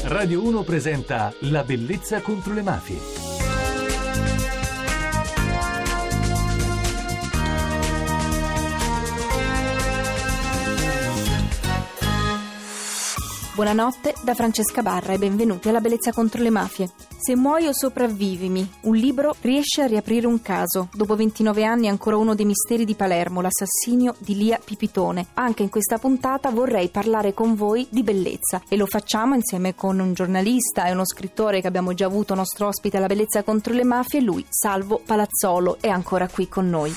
Radio 1 presenta La bellezza contro le mafie. Buonanotte da Francesca Barra e benvenuti alla Bellezza contro le mafie. Se muoio sopravvivimi, un libro riesce a riaprire un caso. Dopo 29 anni ancora uno dei misteri di Palermo, l'assassinio di Lia Pipitone. Anche in questa puntata vorrei parlare con voi di bellezza e lo facciamo insieme con un giornalista e uno scrittore che abbiamo già avuto nostro ospite alla Bellezza contro le mafie. Lui, Salvo Palazzolo, è ancora qui con noi.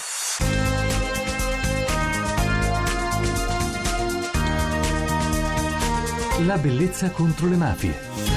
La bellezza contro le mafie.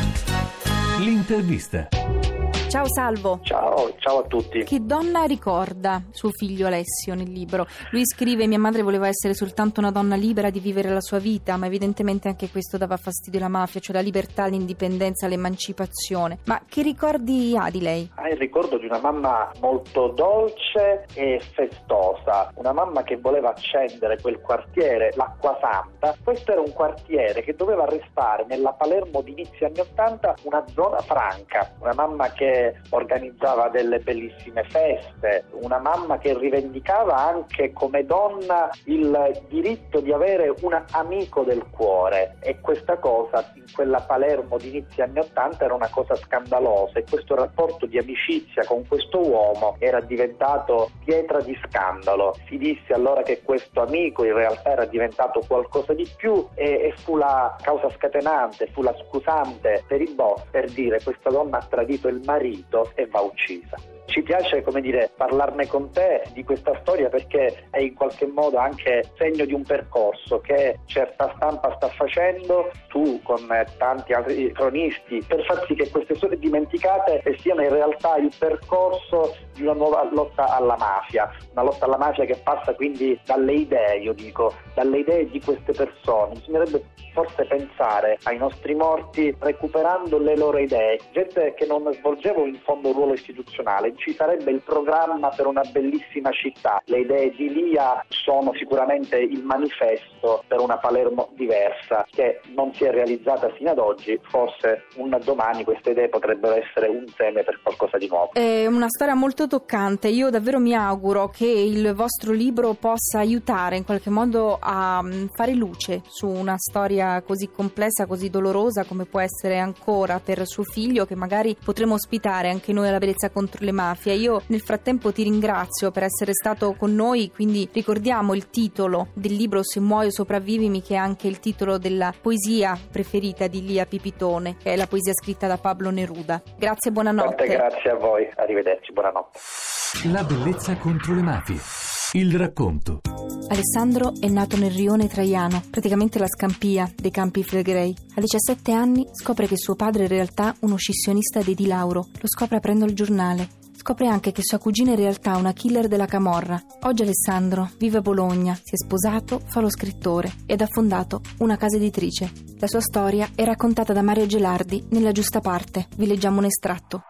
L'intervista. Ciao Salvo. Ciao a tutti. Che donna ricorda suo figlio Alessio nel libro? Lui scrive: mia madre voleva essere soltanto una donna libera di vivere la sua vita, ma evidentemente anche questo dava fastidio alla mafia, cioè la libertà, l'indipendenza, l'emancipazione. Ma che ricordi ha di lei? Ha il ricordo di una mamma molto dolce e festosa, una mamma che voleva accendere quel quartiere, l'Acquasanta. Questo era un quartiere che doveva restare nella Palermo di inizio anni 80 una zona franca, una mamma che organizzava delle bellissime feste, una mamma che rivendicava anche come donna il diritto di avere un amico del cuore, e questa cosa in quella Palermo di inizio anni 80 era una cosa scandalosa, e questo rapporto di amicizia con questo uomo era diventato pietra di scandalo. Si disse allora che questo amico in realtà era diventato qualcosa di più e fu la causa scatenante, fu la scusante per i boss per dire: questa donna ha tradito il marito e va uccisa. Ci piace, parlarne con te di questa storia perché è in qualche modo anche segno di un percorso che certa stampa sta facendo, tu con tanti altri cronisti, per far sì che queste storie dimenticate siano in realtà il percorso di una nuova lotta alla mafia, una lotta alla mafia che passa quindi dalle idee, dalle idee di queste persone. Bisognerebbe forse pensare ai nostri morti recuperando le loro idee, gente che non svolgeva in fondo un ruolo istituzionale. Ci sarebbe il programma per una bellissima città. Le idee di Lia sono sicuramente il manifesto per una Palermo diversa che non si è realizzata fino ad oggi. Forse un domani queste idee potrebbero essere un seme per qualcosa di nuovo. È una storia molto toccante. Io davvero mi auguro che il vostro libro possa aiutare in qualche modo a fare luce su una storia così complessa, così dolorosa come può essere ancora per suo figlio, che magari potremo ospitare anche noi alla Bellezza contro le mafie. Io nel frattempo ti ringrazio per essere stato con noi, quindi ricordiamo il titolo del libro Se muoio sopravvivimi, che è anche il titolo della poesia preferita di Lia Pipitone, che è la poesia scritta da Pablo Neruda. Grazie e buonanotte. Tante grazie a voi, arrivederci, buonanotte. La bellezza contro le mafie. Il racconto. Alessandro è nato nel rione Traiano, praticamente la Scampia dei Campi Flegrei. A 17 anni scopre che suo padre è in realtà uno scissionista dei Di Lauro. Lo scopre aprendo il giornale. Scopre anche che sua cugina è in realtà una killer della camorra. Oggi Alessandro vive a Bologna, si è sposato, fa lo scrittore ed ha fondato una casa editrice. La sua storia è raccontata da Mario Gelardi nella Giusta Parte. Vi leggiamo un estratto.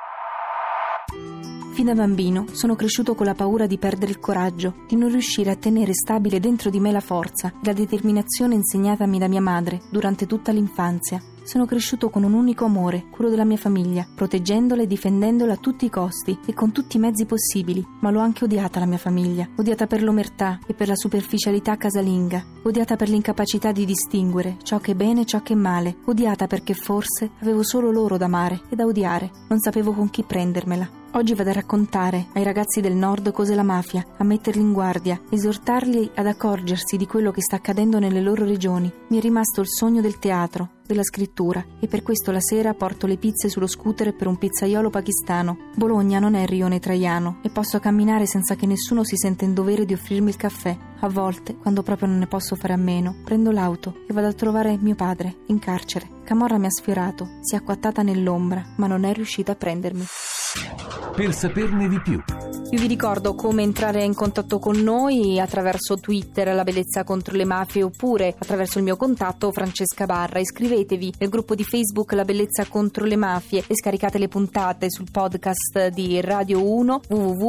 Fin da bambino sono cresciuto con la paura di perdere il coraggio, di non riuscire a tenere stabile dentro di me la forza e la determinazione insegnatami da mia madre durante tutta l'infanzia. Sono cresciuto con un unico amore, quello della mia famiglia, proteggendola e difendendola a tutti i costi e con tutti i mezzi possibili, ma l'ho anche odiata la mia famiglia, odiata per l'omertà e per la superficialità casalinga, odiata per l'incapacità di distinguere ciò che è bene e ciò che è male, odiata perché forse avevo solo loro da amare e da odiare, non sapevo con chi prendermela. Oggi vado a raccontare ai ragazzi del nord cos'è la mafia, a metterli in guardia, esortarli ad accorgersi di quello che sta accadendo nelle loro regioni. Mi è rimasto il sogno del teatro, della scrittura, e per questo la sera porto le pizze sullo scooter per un pizzaiolo pakistano. Bologna non è il rione Traiano e posso camminare senza che nessuno si senta in dovere di offrirmi il caffè. A volte, quando proprio non ne posso fare a meno, prendo l'auto e vado a trovare mio padre, in carcere. Camorra mi ha sfiorato, si è acquattata nell'ombra, ma non è riuscita a prendermi. Per saperne di più, Io vi ricordo come entrare in contatto con noi attraverso Twitter, La Bellezza contro le Mafie, oppure attraverso il mio contatto Francesca Barra. Iscrivetevi nel gruppo di Facebook La Bellezza contro le Mafie e scaricate le puntate sul podcast di Radio 1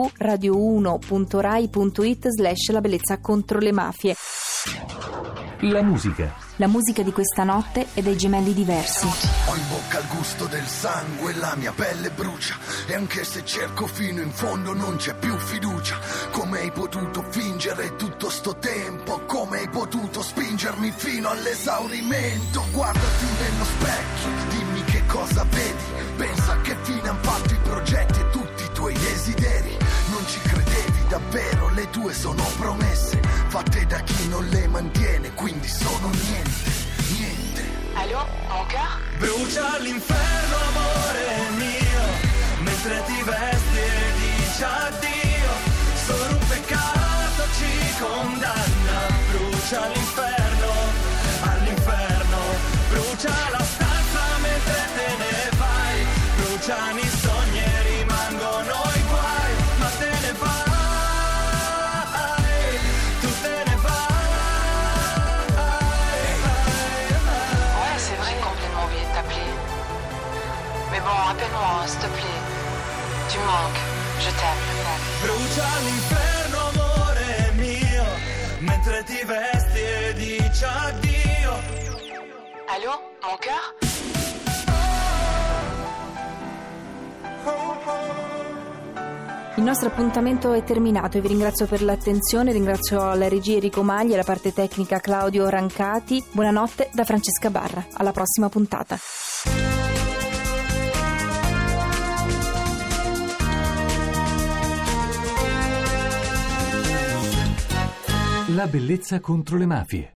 www.radio1.rai.it/La Bellezza contro le Mafie. La musica. La musica di questa notte è dei Gemelli Diversi. Ho in bocca il gusto del sangue, la mia pelle brucia, e anche se cerco fino in fondo non c'è più fiducia. Come hai potuto fingere tutto sto tempo? Come hai potuto spingermi fino all'esaurimento? Guardati nello specchio, dimmi che cosa vedi. Pensa che fine han fatto i progetti e tutti i tuoi desideri. Non ci credevi davvero, le tue sono promesse fatte da chi non le mantiene, quindi sono niente, niente. Allô, mon cœur? Brucia l'inferno, amore mio, mentre ti vesti e dici addio. Solo un peccato ci condanna. Brucia l'inferno, all'inferno. Brucia la stanza mentre te ne vai. Bruciano i sogni e rimangono i guai. Ma te ne vai. Appelle-moi, s'il te plaît. Tu manques, je t'aime. Brucia l'inferno, amore mio, mentre ti vesti e dici addio. Allô, mon cœur? Il nostro appuntamento è terminato e vi ringrazio per l'attenzione, ringrazio la regia Enrico Magli e la parte tecnica Claudio Rancati. Buonanotte da Francesca Barra, alla prossima puntata. La bellezza contro le mafie.